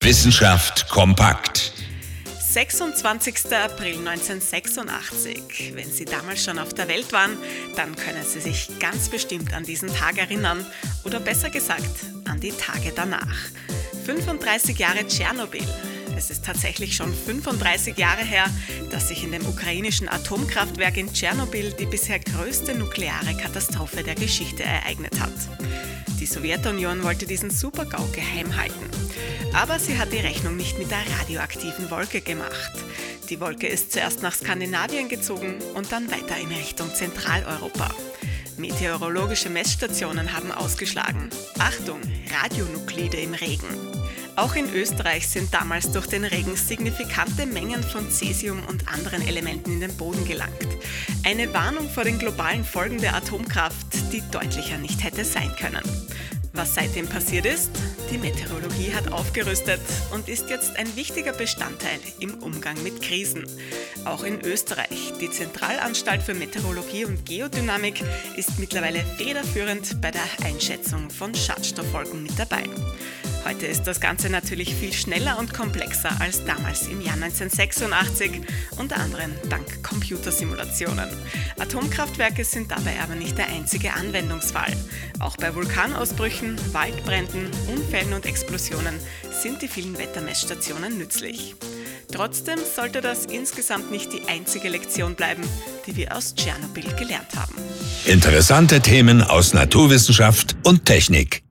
Wissenschaft kompakt. 26. April 1986. Wenn Sie damals schon auf der Welt waren, dann können Sie sich ganz bestimmt an diesen Tag erinnern. Oder besser gesagt, an die Tage danach. 35 Jahre Tschernobyl. Es ist tatsächlich schon 35 Jahre her, dass sich in dem ukrainischen Atomkraftwerk in Tschernobyl die bisher größte nukleare Katastrophe der Geschichte ereignet hat. Die Sowjetunion wollte diesen Super-GAU geheim halten. Aber sie hat die Rechnung nicht mit der radioaktiven Wolke gemacht. Die Wolke ist zuerst nach Skandinavien gezogen und dann weiter in Richtung Zentraleuropa. Meteorologische Messstationen haben ausgeschlagen: Achtung, Radionuklide im Regen. Auch in Österreich sind damals durch den Regen signifikante Mengen von Cäsium und anderen Elementen in den Boden gelangt. Eine Warnung vor den globalen Folgen der Atomkraft, die deutlicher nicht hätte sein können. Was seitdem passiert ist? Die Meteorologie hat aufgerüstet und ist jetzt ein wichtiger Bestandteil im Umgang mit Krisen. Auch in Österreich. Die Zentralanstalt für Meteorologie und Geodynamik ist mittlerweile federführend bei der Einschätzung von Schadstoffwolken mit dabei. Heute ist das Ganze natürlich viel schneller und komplexer als damals im Jahr 1986, unter anderem dank Computersimulationen. Atomkraftwerke sind dabei aber nicht der einzige Anwendungsfall. Auch bei Vulkanausbrüchen, Waldbränden, Unfällen und Explosionen sind die vielen Wettermessstationen nützlich. Trotzdem sollte das insgesamt nicht die einzige Lektion bleiben, die wir aus Tschernobyl gelernt haben. Interessante Themen aus Naturwissenschaft und Technik.